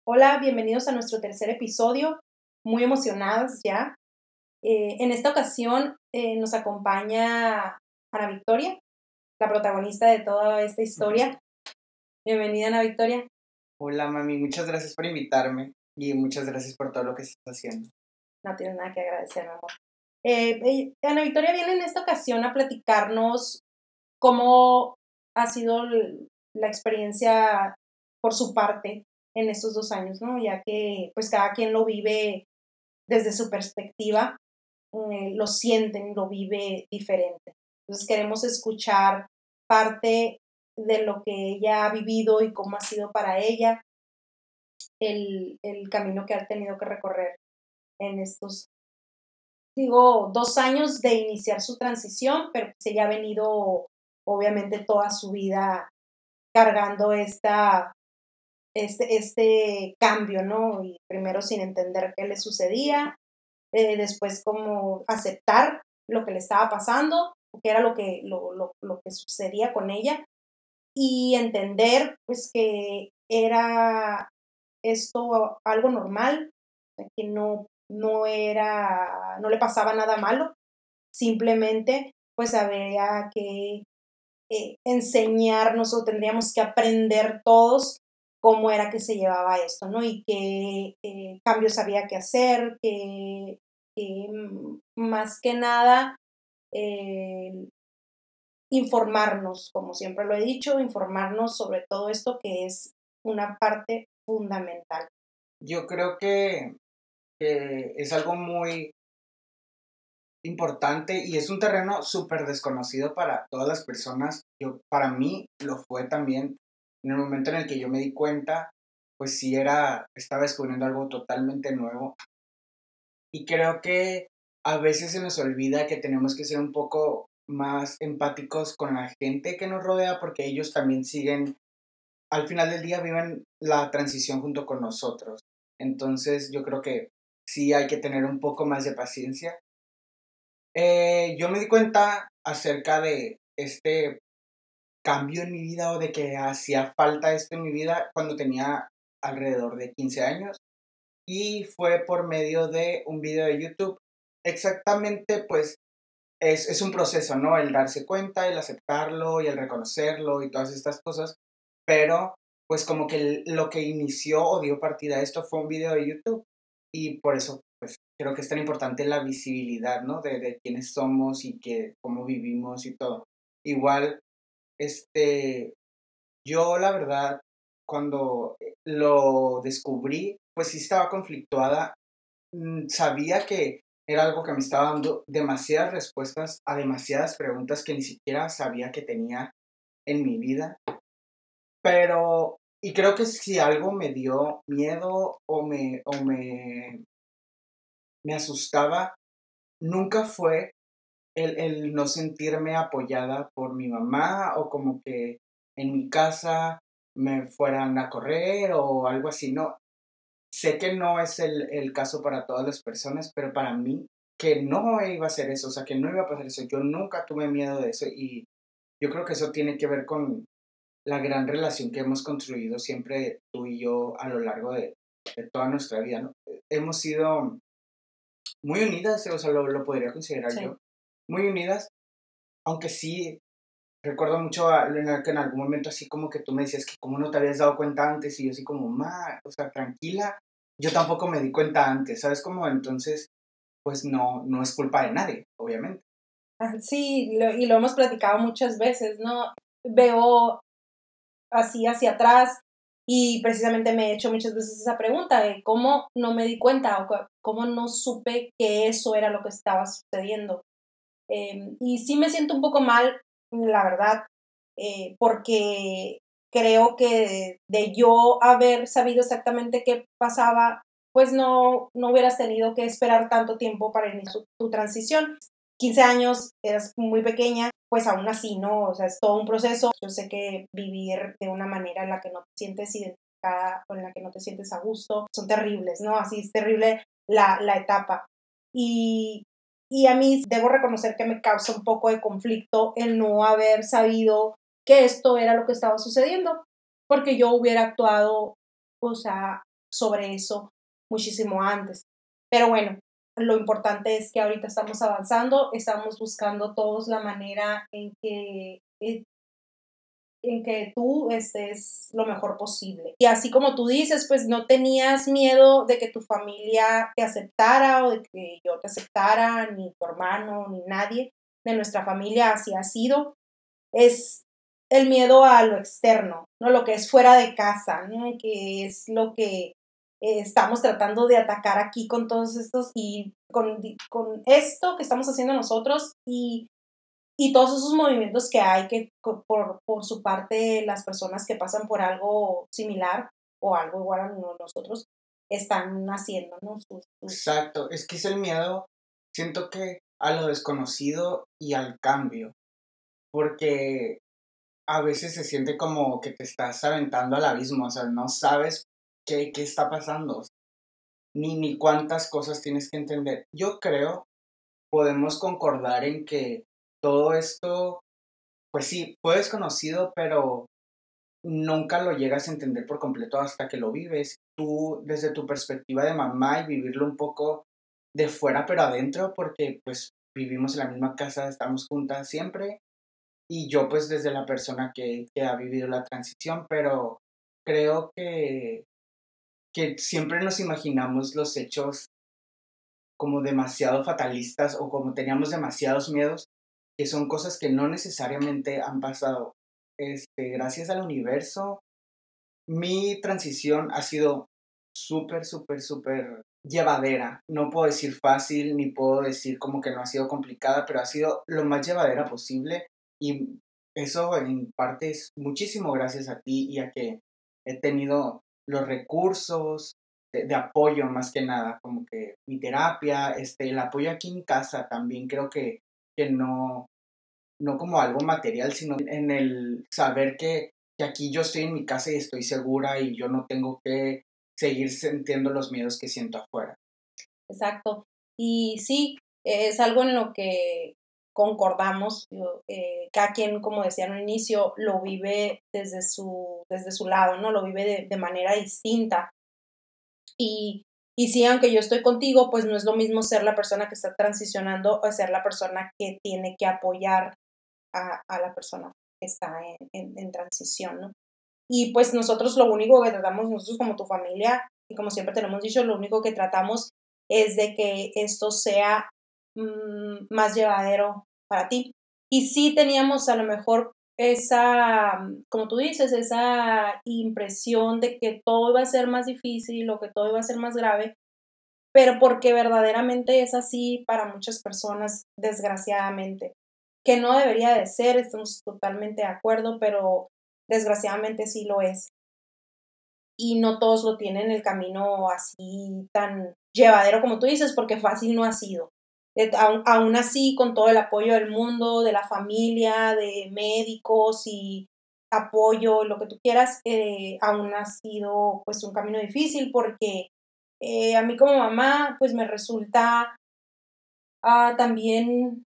Hola, bienvenidos a nuestro tercer episodio, muy emocionadas ya. En esta ocasión nos acompaña Ana Victoria, la protagonista de toda esta historia. Bienvenida, Ana Victoria. Hola, mami, muchas gracias por invitarme y muchas gracias por todo lo que estás haciendo. No tienes nada que agradecer, mi amor. Ana Victoria viene en esta ocasión a platicarnos cómo ha sido la experiencia por su parte en estos 2 años, ¿no? Ya que pues cada quien lo vive desde su perspectiva, lo sienten, lo vive diferente. Entonces queremos escuchar parte de lo que ella ha vivido y cómo ha sido para ella el camino que ha tenido que recorrer en estos, 2 años de iniciar su transición, pero pues ella ha venido obviamente toda su vida cargando este cambio, ¿no? Y primero sin entender qué le sucedía, después como aceptar lo que le estaba pasando, qué era lo que sucedía con ella, y entender pues que era esto algo normal, que no le pasaba nada malo, simplemente pues había que enseñarnos o tendríamos que aprender todos cómo era que se llevaba esto, ¿no? Y qué cambios había que hacer, que más que nada eh, informarnos, como siempre lo he dicho, informarnos sobre todo esto que es una parte fundamental. Yo creo que es algo muy importante y es un terreno súper desconocido para todas las personas. Para mí lo fue también en el momento en el que yo me di cuenta, pues sí estaba descubriendo algo totalmente nuevo. Y creo que a veces se nos olvida que tenemos que ser un poco más empáticos con la gente que nos rodea porque ellos también al final del día viven la transición junto con nosotros. Entonces yo creo que sí hay que tener un poco más de paciencia. Yo me di cuenta acerca de este cambio en mi vida o de que hacía falta esto en mi vida cuando tenía alrededor de 15 años y fue por medio de un video de YouTube. Exactamente, pues es un proceso, ¿no? El darse cuenta, el aceptarlo y el reconocerlo y todas estas cosas, pero pues como que lo que inició o dio partida a esto fue un video de YouTube y por eso pues creo que es tan importante la visibilidad, ¿no? De quiénes somos y cómo vivimos y todo. Igual, yo la verdad, cuando lo descubrí, pues sí estaba conflictuada. Sabía que era algo que me estaba dando demasiadas respuestas a demasiadas preguntas que ni siquiera sabía que tenía en mi vida. Pero, y creo que si algo me dio miedo me asustaba, nunca fue el no sentirme apoyada por mi mamá o como que en mi casa me fueran a correr o algo así. No, sé que no es el caso para todas las personas, pero para mí, que no iba a ser eso, o sea, que no iba a pasar eso. Yo nunca tuve miedo de eso y yo creo que eso tiene que ver con la gran relación que hemos construido siempre tú y yo a lo largo de toda nuestra vida, ¿no? Hemos sido muy unidas, o sea, lo podría considerar Sí. yo, muy unidas, aunque sí recuerdo mucho que en algún momento así como que tú me decías que cómo no te habías dado cuenta antes y yo así como, o sea, tranquila, yo tampoco me di cuenta antes, ¿sabes cómo? Entonces, pues no es culpa de nadie, obviamente. Sí, y lo hemos platicado muchas veces, ¿no? Veo así hacia atrás y precisamente me he hecho muchas veces esa pregunta de cómo no me di cuenta o cómo no supe que eso era lo que estaba sucediendo. Y sí me siento un poco mal, la verdad, porque creo que de yo haber sabido exactamente qué pasaba, pues no hubieras tenido que esperar tanto tiempo para iniciar tu transición. 15 años, eras muy pequeña, pues aún así, ¿no? O sea, es todo un proceso. Yo sé que vivir de una manera en la que no te sientes identificada o en la que no te sientes a gusto son terribles, ¿no? Así es terrible la etapa. Y y a mí debo reconocer que me causa un poco de conflicto el no haber sabido que esto era lo que estaba sucediendo, porque yo hubiera actuado, o sea, sobre eso muchísimo antes. Pero bueno, lo importante es que ahorita estamos avanzando, estamos buscando todos la manera en que tú estés lo mejor posible. Y así como tú dices, pues no tenías miedo de que tu familia te aceptara o de que yo te aceptara, ni tu hermano, ni nadie de nuestra familia así ha sido. Es el miedo a lo externo, ¿no? Lo que es fuera de casa, ¿no? Que es lo que estamos tratando de atacar aquí con todos estos y con esto que estamos haciendo nosotros y todos esos movimientos que hay que por su parte las personas que pasan por algo similar o algo igual a nosotros están haciendo, ¿no? Exacto, es que es el miedo, siento que a lo desconocido y al cambio, porque a veces se siente como que te estás aventando al abismo, o sea, no sabes qué está pasando, ni cuántas cosas tienes que entender. Yo creo, podemos concordar en que todo esto, pues sí, fue desconocido, pero nunca lo llegas a entender por completo hasta que lo vives. Tú, desde tu perspectiva de mamá y vivirlo un poco de fuera, pero adentro, porque pues vivimos en la misma casa, estamos juntas siempre, y yo pues desde la persona que ha vivido la transición, pero creo que siempre nos imaginamos los hechos como demasiado fatalistas o como teníamos demasiados miedos, que son cosas que no necesariamente han pasado. Gracias al universo, mi transición ha sido súper, súper, súper llevadera. No puedo decir fácil, ni puedo decir como que no ha sido complicada, pero ha sido lo más llevadera posible. Y eso en parte es muchísimo gracias a ti y a que he tenido los recursos de apoyo más que nada, como que mi terapia, el apoyo aquí en casa también creo que no como algo material, sino en el saber que aquí yo estoy en mi casa y estoy segura y yo no tengo que seguir sintiendo los miedos que siento afuera. Exacto. Y sí, es algo en lo que concordamos. Cada quien, como decía en un inicio, lo vive desde su lado, ¿no? Lo vive de manera distinta. Y sí, aunque yo estoy contigo, pues no es lo mismo ser la persona que está transicionando o ser la persona que tiene que apoyar a la persona que está en transición, ¿no? Y pues nosotros lo único que tratamos, nosotros como tu familia, y como siempre tenemos dicho, lo único que tratamos es de que esto sea más llevadero para ti. Y sí teníamos a lo mejor esa, como tú dices, esa impresión de que todo iba a ser más difícil o que todo iba a ser más grave, pero porque verdaderamente es así para muchas personas, desgraciadamente, que no debería de ser, estamos totalmente de acuerdo, pero desgraciadamente sí lo es. Y no todos lo tienen el camino así tan llevadero como tú dices, porque fácil no ha sido. Aún así, con todo el apoyo del mundo, de la familia, de médicos y apoyo, lo que tú quieras, aún ha sido pues un camino difícil porque a mí como mamá pues me resulta también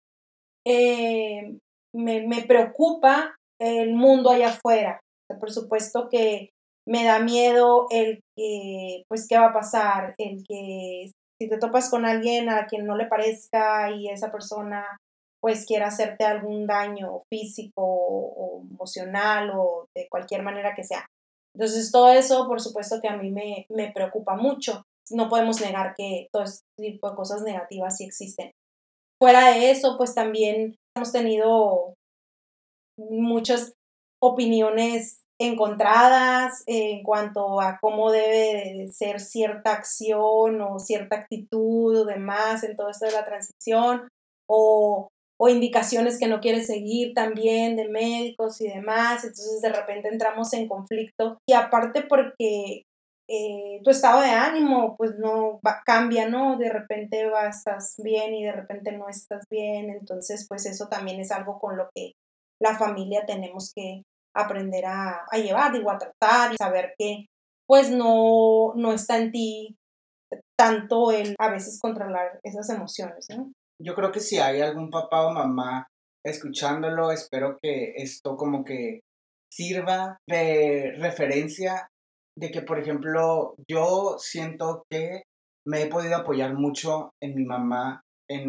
me preocupa el mundo allá afuera. Por supuesto que me da miedo el que, pues, ¿qué va a pasar? El que si te topas con alguien a quien no le parezca y esa persona, pues, quiera hacerte algún daño físico o emocional o de cualquier manera que sea. Entonces, todo eso, por supuesto que a mí me preocupa mucho. No podemos negar que todo este tipo de cosas negativas sí existen. Fuera de eso, pues también hemos tenido muchas opiniones encontradas en cuanto a cómo debe de ser cierta acción o cierta actitud o demás en todo esto de la transición o indicaciones que no quiere seguir también de médicos y demás, entonces de repente entramos en conflicto y aparte porque tu estado de ánimo pues no cambia, ¿no? De repente estás bien y de repente no estás bien, entonces pues eso también es algo con lo que la familia tenemos que aprender a llevar, digo, a tratar y saber que pues no está en ti tanto el a veces controlar esas emociones, ¿no? Yo creo que si hay algún papá o mamá escuchándolo, espero que esto como que sirva de referencia de que, por ejemplo, yo siento que me he podido apoyar mucho en mi mamá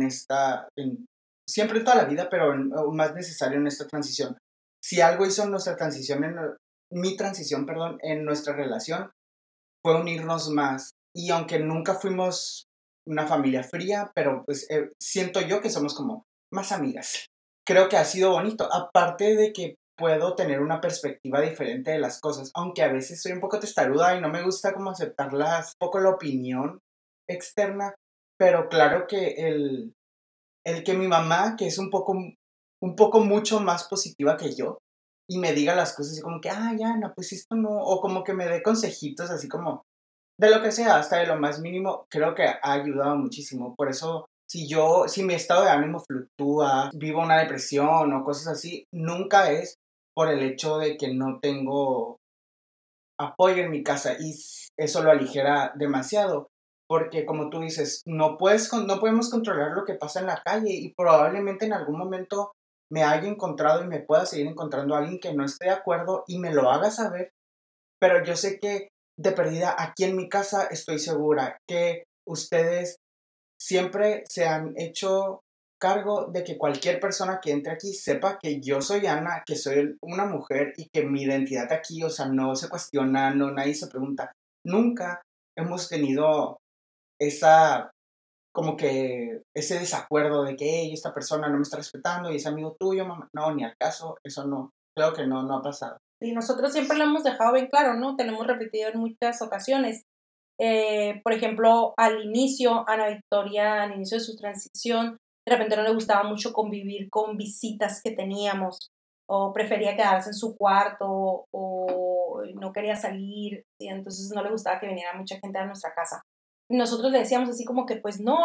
siempre en toda la vida, pero aún más necesario en esta transición. Si algo hizo mi transición, perdón, en nuestra relación, fue unirnos más. Y aunque nunca fuimos una familia fría, pero pues siento yo que somos como más amigas. Creo que ha sido bonito, aparte de que puedo tener una perspectiva diferente de las cosas, aunque a veces soy un poco testaruda y no me gusta como aceptarlas, un poco la opinión externa, pero claro que el que mi mamá, que es un poco mucho más positiva que yo, y me diga las cosas así como que, ya, no, pues esto no, o como que me dé consejitos así como de lo que sea, hasta de lo más mínimo, creo que ha ayudado muchísimo. Por eso, si mi estado de ánimo fluctúa, vivo una depresión o cosas así, nunca es por el hecho de que no tengo apoyo en mi casa y eso lo aligera demasiado. Porque como tú dices, no podemos controlar lo que pasa en la calle y probablemente en algún momento me haya encontrado y me pueda seguir encontrando a alguien que no esté de acuerdo y me lo haga saber, pero yo sé que de perdida aquí en mi casa estoy segura que ustedes siempre se han hecho cargo de que cualquier persona que entre aquí sepa que yo soy Ana, que soy una mujer y que mi identidad aquí, o sea, no se cuestiona, no, nadie se pregunta. Nunca hemos tenido esa, como que ese desacuerdo de que hey, esta persona no me está respetando y es amigo tuyo, mamá. No, ni al caso, eso no, creo que no ha pasado. Y nosotros siempre lo hemos dejado bien claro, ¿no? Tenemos repetido en muchas ocasiones. Por ejemplo, al inicio, Ana Victoria, al inicio de su transición, de repente no le gustaba mucho convivir con visitas que teníamos, o prefería quedarse en su cuarto, o no quería salir, y entonces no le gustaba que viniera mucha gente a nuestra casa. Nosotros le decíamos así como que, pues no,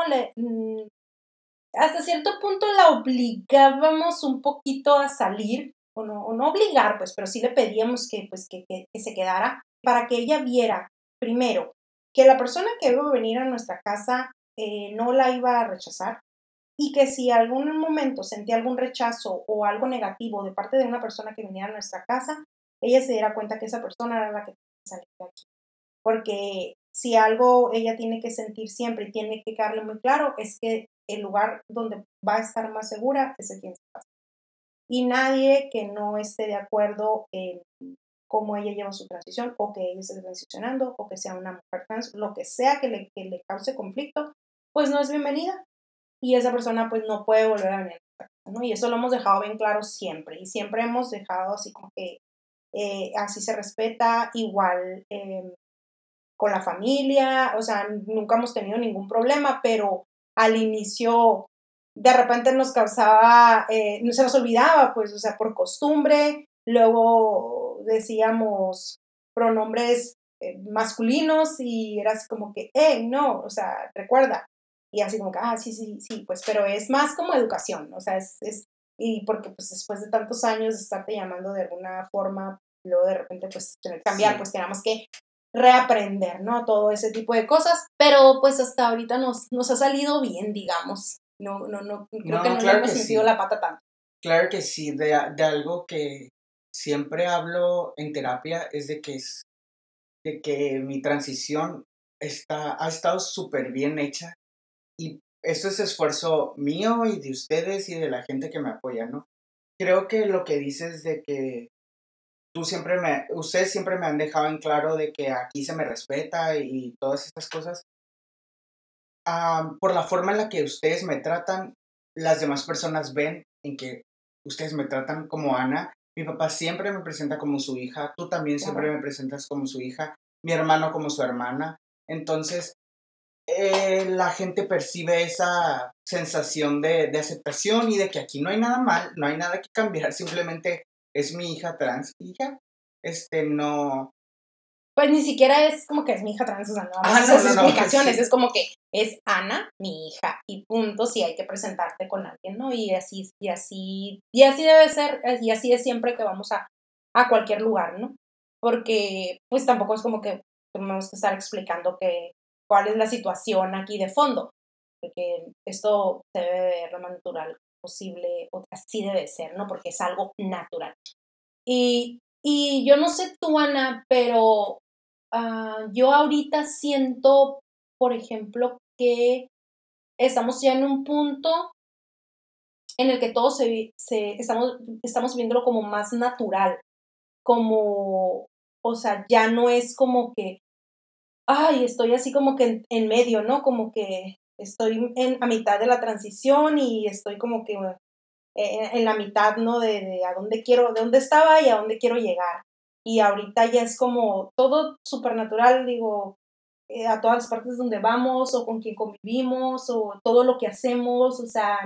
hasta cierto punto la obligábamos un poquito a salir, o no obligar, pues, pero sí le pedíamos que, pues, que se quedara para que ella viera, primero, que la persona que iba a venir a nuestra casa no la iba a rechazar y que si algún momento sentía algún rechazo o algo negativo de parte de una persona que viniera a nuestra casa, ella se diera cuenta que esa persona era la que tenía que salir de aquí. Porque si algo ella tiene que sentir siempre y tiene que quedarle muy claro es que el lugar donde va a estar más segura es aquí en su casa. Y nadie que no esté de acuerdo en cómo ella lleva su transición o que ella esté transicionando o que sea una mujer trans, lo que sea que le cause conflicto, pues no es bienvenida y esa persona pues no puede volver a venir a nuestra casa, ¿no? Y eso lo hemos dejado bien claro siempre y siempre hemos dejado así como que así se respeta, igual con la familia, o sea, nunca hemos tenido ningún problema, pero al inicio de repente nos causaba, no se nos olvidaba, pues, o sea, por costumbre, luego decíamos pronombres masculinos y era así como que, no, o sea, recuerda, y así como que, sí, pues, pero es más como educación, o sea, y porque pues después de tantos años de estarte llamando de alguna forma, luego de repente pues tener que cambiar, sí. Pues teníamos que reaprender, ¿no? Todo ese tipo de cosas, pero pues hasta ahorita nos ha salido bien, digamos. Creo que no le hemos metido la pata tanto. Claro que sí, de algo que siempre hablo en terapia es de que mi transición ha estado súper bien hecha y esto es esfuerzo mío y de ustedes y de la gente que me apoya, ¿no? Creo que lo que dices de que ustedes siempre me han dejado en claro de que aquí se me respeta y todas estas cosas. Por la forma en la que ustedes me tratan, las demás personas ven en que ustedes me tratan como Ana. Mi papá siempre me presenta como su hija, tú también siempre me presentas como su hija, mi hermano como su hermana. Entonces, la gente percibe esa sensación de aceptación y de que aquí no hay nada mal, no hay nada que cambiar, simplemente es mi hija trans y ya. No. Pues ni siquiera es como que es mi hija trans, o sea, no vamos a hacer explicaciones, sí. Es como que es Ana, mi hija, y punto, si hay que presentarte con alguien, ¿no? Y así debe ser, y así es siempre que vamos a cualquier lugar, ¿no? Porque pues tampoco es como que tenemos que estar explicando cuál es la situación aquí de fondo, porque esto se debe ver lo más natural posible, o así debe ser, ¿no? Porque es algo natural. Y yo no sé tú, Ana, pero Yo ahorita siento, por ejemplo, que estamos ya en un punto en el que todo estamos viéndolo como más natural, como, o sea, ya no es como que, ay, estoy así como que en medio, ¿no? Como que estoy a mitad de la transición y estoy como que en la mitad, ¿no? De a dónde quiero, de dónde estaba y a dónde quiero llegar. Y ahorita ya es como todo súper natural, digo, a todas las partes donde vamos o con quien convivimos o todo lo que hacemos, o sea,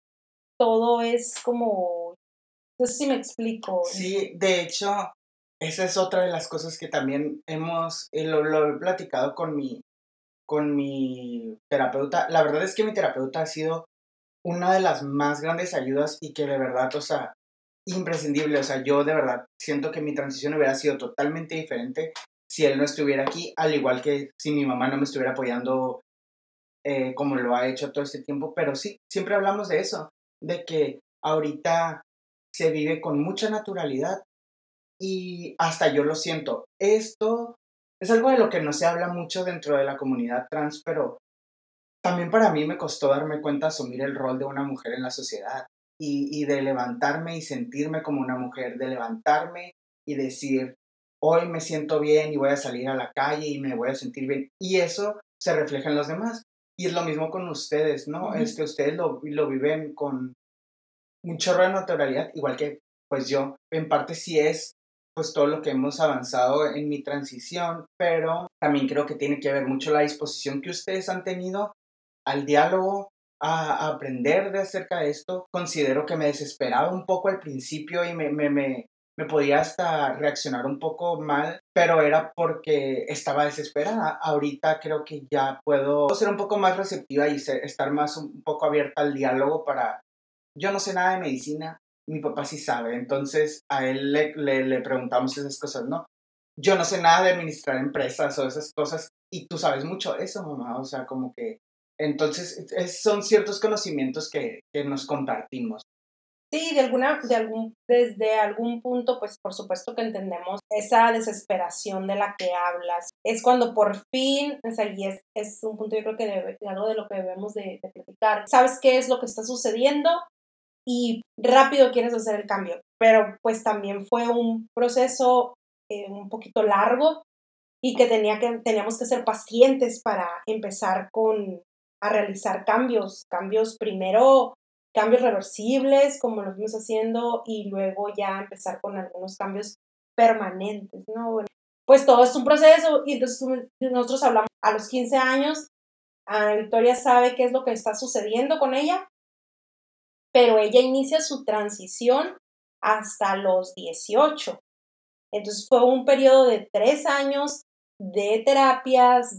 todo es como, no sé si me explico. Sí, de hecho, esa es otra de las cosas que también lo he platicado con mi terapeuta. La verdad es que mi terapeuta ha sido una de las más grandes ayudas y que de verdad, o sea, imprescindible. O sea, yo de verdad siento que mi transición hubiera sido totalmente diferente si él no estuviera aquí, al igual que si mi mamá no me estuviera apoyando como lo ha hecho todo este tiempo. Pero sí, siempre hablamos de eso, de que ahorita se vive con mucha naturalidad y hasta yo lo siento. Esto es algo de lo que no se habla mucho dentro de la comunidad trans, pero también para mí me costó darme cuenta asumir el rol de una mujer en la sociedad y de levantarme y sentirme como una mujer, de levantarme y decir, hoy me siento bien y voy a salir a la calle y me voy a sentir bien. Y eso se refleja en los demás. Y es lo mismo con ustedes, ¿no? Uh-huh. Ustedes lo viven con un chorro de naturalidad, igual que pues yo. En parte sí es pues todo lo que hemos avanzado en mi transición, pero también creo que tiene que ver mucho la disposición que ustedes han tenido al diálogo, a aprender de acerca de esto. Considero que me desesperaba un poco al principio y me podía hasta reaccionar un poco mal, pero era porque estaba desesperada. Ahorita creo que ya puedo ser un poco más receptiva y estar más un poco abierta al diálogo para... Yo no sé nada de medicina, mi papá sí sabe, entonces a él le preguntamos esas cosas, ¿no? Yo no sé nada de administrar empresas o esas cosas y tú sabes mucho de eso, mamá, o sea, como que... Entonces, son ciertos conocimientos que nos compartimos. Sí, desde algún punto, pues por supuesto que entendemos esa desesperación de la que hablas. Es cuando por fin, o sea, y es un punto yo creo que algo de lo que debemos de platicar. Sabes qué es lo que está sucediendo y rápido quieres hacer el cambio, pero pues también fue un proceso un poquito largo y que teníamos que ser pacientes para empezar a realizar cambios primero, cambios reversibles, como lo fuimos haciendo, y luego ya empezar con algunos cambios permanentes, ¿no? Bueno, pues todo es un proceso, y entonces nosotros hablamos a los 15 años, Victoria sabe qué es lo que está sucediendo con ella, pero ella inicia su transición hasta los 18. Entonces fue un periodo de 3 años de terapias,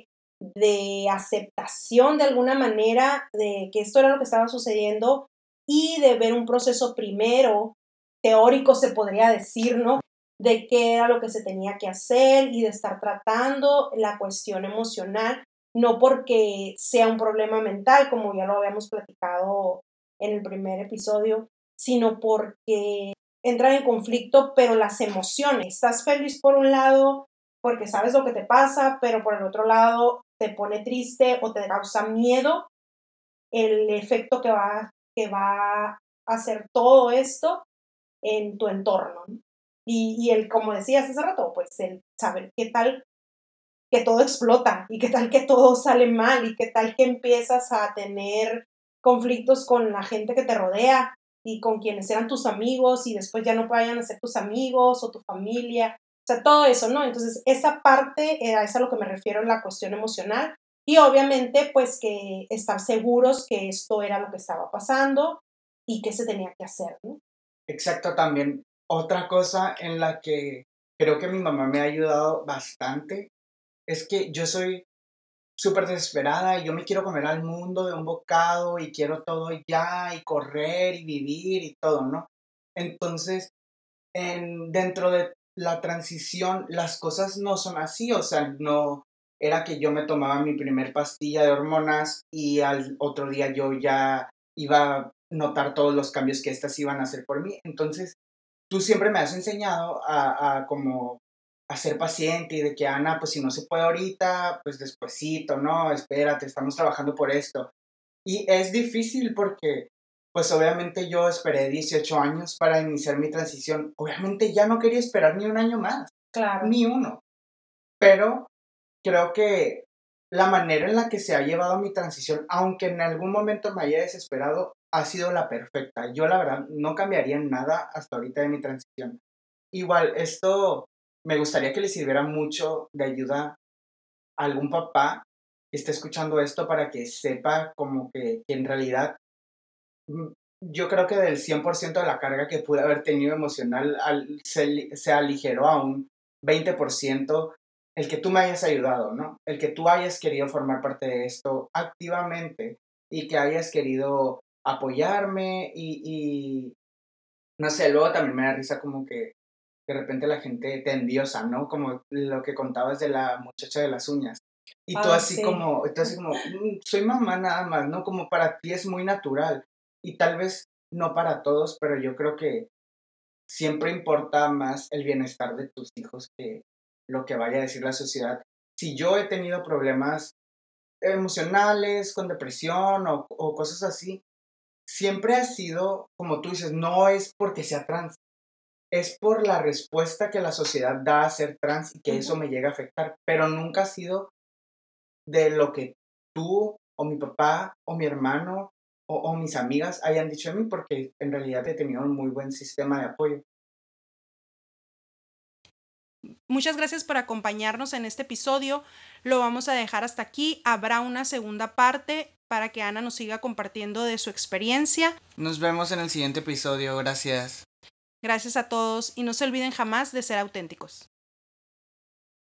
de aceptación de alguna manera de que esto era lo que estaba sucediendo y de ver un proceso primero teórico, se podría decir, ¿no? De qué era lo que se tenía que hacer y de estar tratando la cuestión emocional, no porque sea un problema mental, como ya lo habíamos platicado en el primer episodio, sino porque entran en conflicto, pero las emociones. Estás feliz por un lado porque sabes lo que te pasa, pero por el otro lado te pone triste o te causa miedo el efecto que va a hacer todo esto en tu entorno, ¿no? Y el, como decías hace rato, pues el saber qué tal que todo explota y qué tal que todo sale mal y qué tal que empiezas a tener conflictos con la gente que te rodea y con quienes eran tus amigos y después ya no vayan a ser tus amigos o tu familia, o sea, todo eso, ¿no? Entonces, esa parte es a lo que me refiero en la cuestión emocional y obviamente, pues que estar seguros que esto era lo que estaba pasando y que se tenía que hacer, ¿no? Exacto, también otra cosa en la que creo que mi mamá me ha ayudado bastante es que yo soy súper desesperada y yo me quiero comer al mundo de un bocado y quiero todo ya y correr y vivir y todo, ¿no? Entonces, dentro de la transición las cosas no son así, o sea, no era que yo me tomaba mi primer pastilla de hormonas y al otro día yo ya iba a notar todos los cambios que estas iban a hacer por mí. Entonces, tú siempre me has enseñado a como a ser paciente y de que, Ana, pues si no se puede ahorita, pues despuesito, no, espérate, estamos trabajando por esto. Y es difícil porque, pues obviamente yo esperé 18 años para iniciar mi transición. Obviamente ya no quería esperar ni un año más, Claro. ni uno. Pero creo que la manera en la que se ha llevado mi transición, aunque en algún momento me haya desesperado, ha sido la perfecta. Yo la verdad no cambiaría nada hasta ahorita de mi transición. Igual, esto me gustaría que le sirviera mucho de ayuda a algún papá que esté escuchando esto para que sepa como que en realidad mm, yo creo que del 100% de la carga que pude haber tenido emocional se aligeró a un 20% el que tú me hayas ayudado, ¿no? El que tú hayas querido formar parte de esto activamente y que hayas querido apoyarme y no sé, luego también me da risa como que de repente la gente te endiosa, ¿no? Como lo que contabas de la muchacha de las uñas. Y tú Ay, así sí. como, soy mamá nada más, ¿no? Como para ti es muy natural. Y tal vez no para todos, pero yo creo que siempre importa más el bienestar de tus hijos que lo que vaya a decir la sociedad. Si yo he tenido problemas emocionales, con depresión o cosas así, siempre ha sido, como tú dices, no es porque sea trans, es por la respuesta que la sociedad da a ser trans y que eso me llega a afectar, pero nunca ha sido de lo que tú o mi papá o mi hermano o mis amigas hayan dicho de mí, porque en realidad he tenido un muy buen sistema de apoyo. Muchas gracias por acompañarnos en este episodio. Lo vamos a dejar hasta aquí. Habrá una segunda parte para que Ana nos siga compartiendo de su experiencia. Nos vemos en el siguiente episodio. Gracias. Gracias a todos y no se olviden jamás de ser auténticos.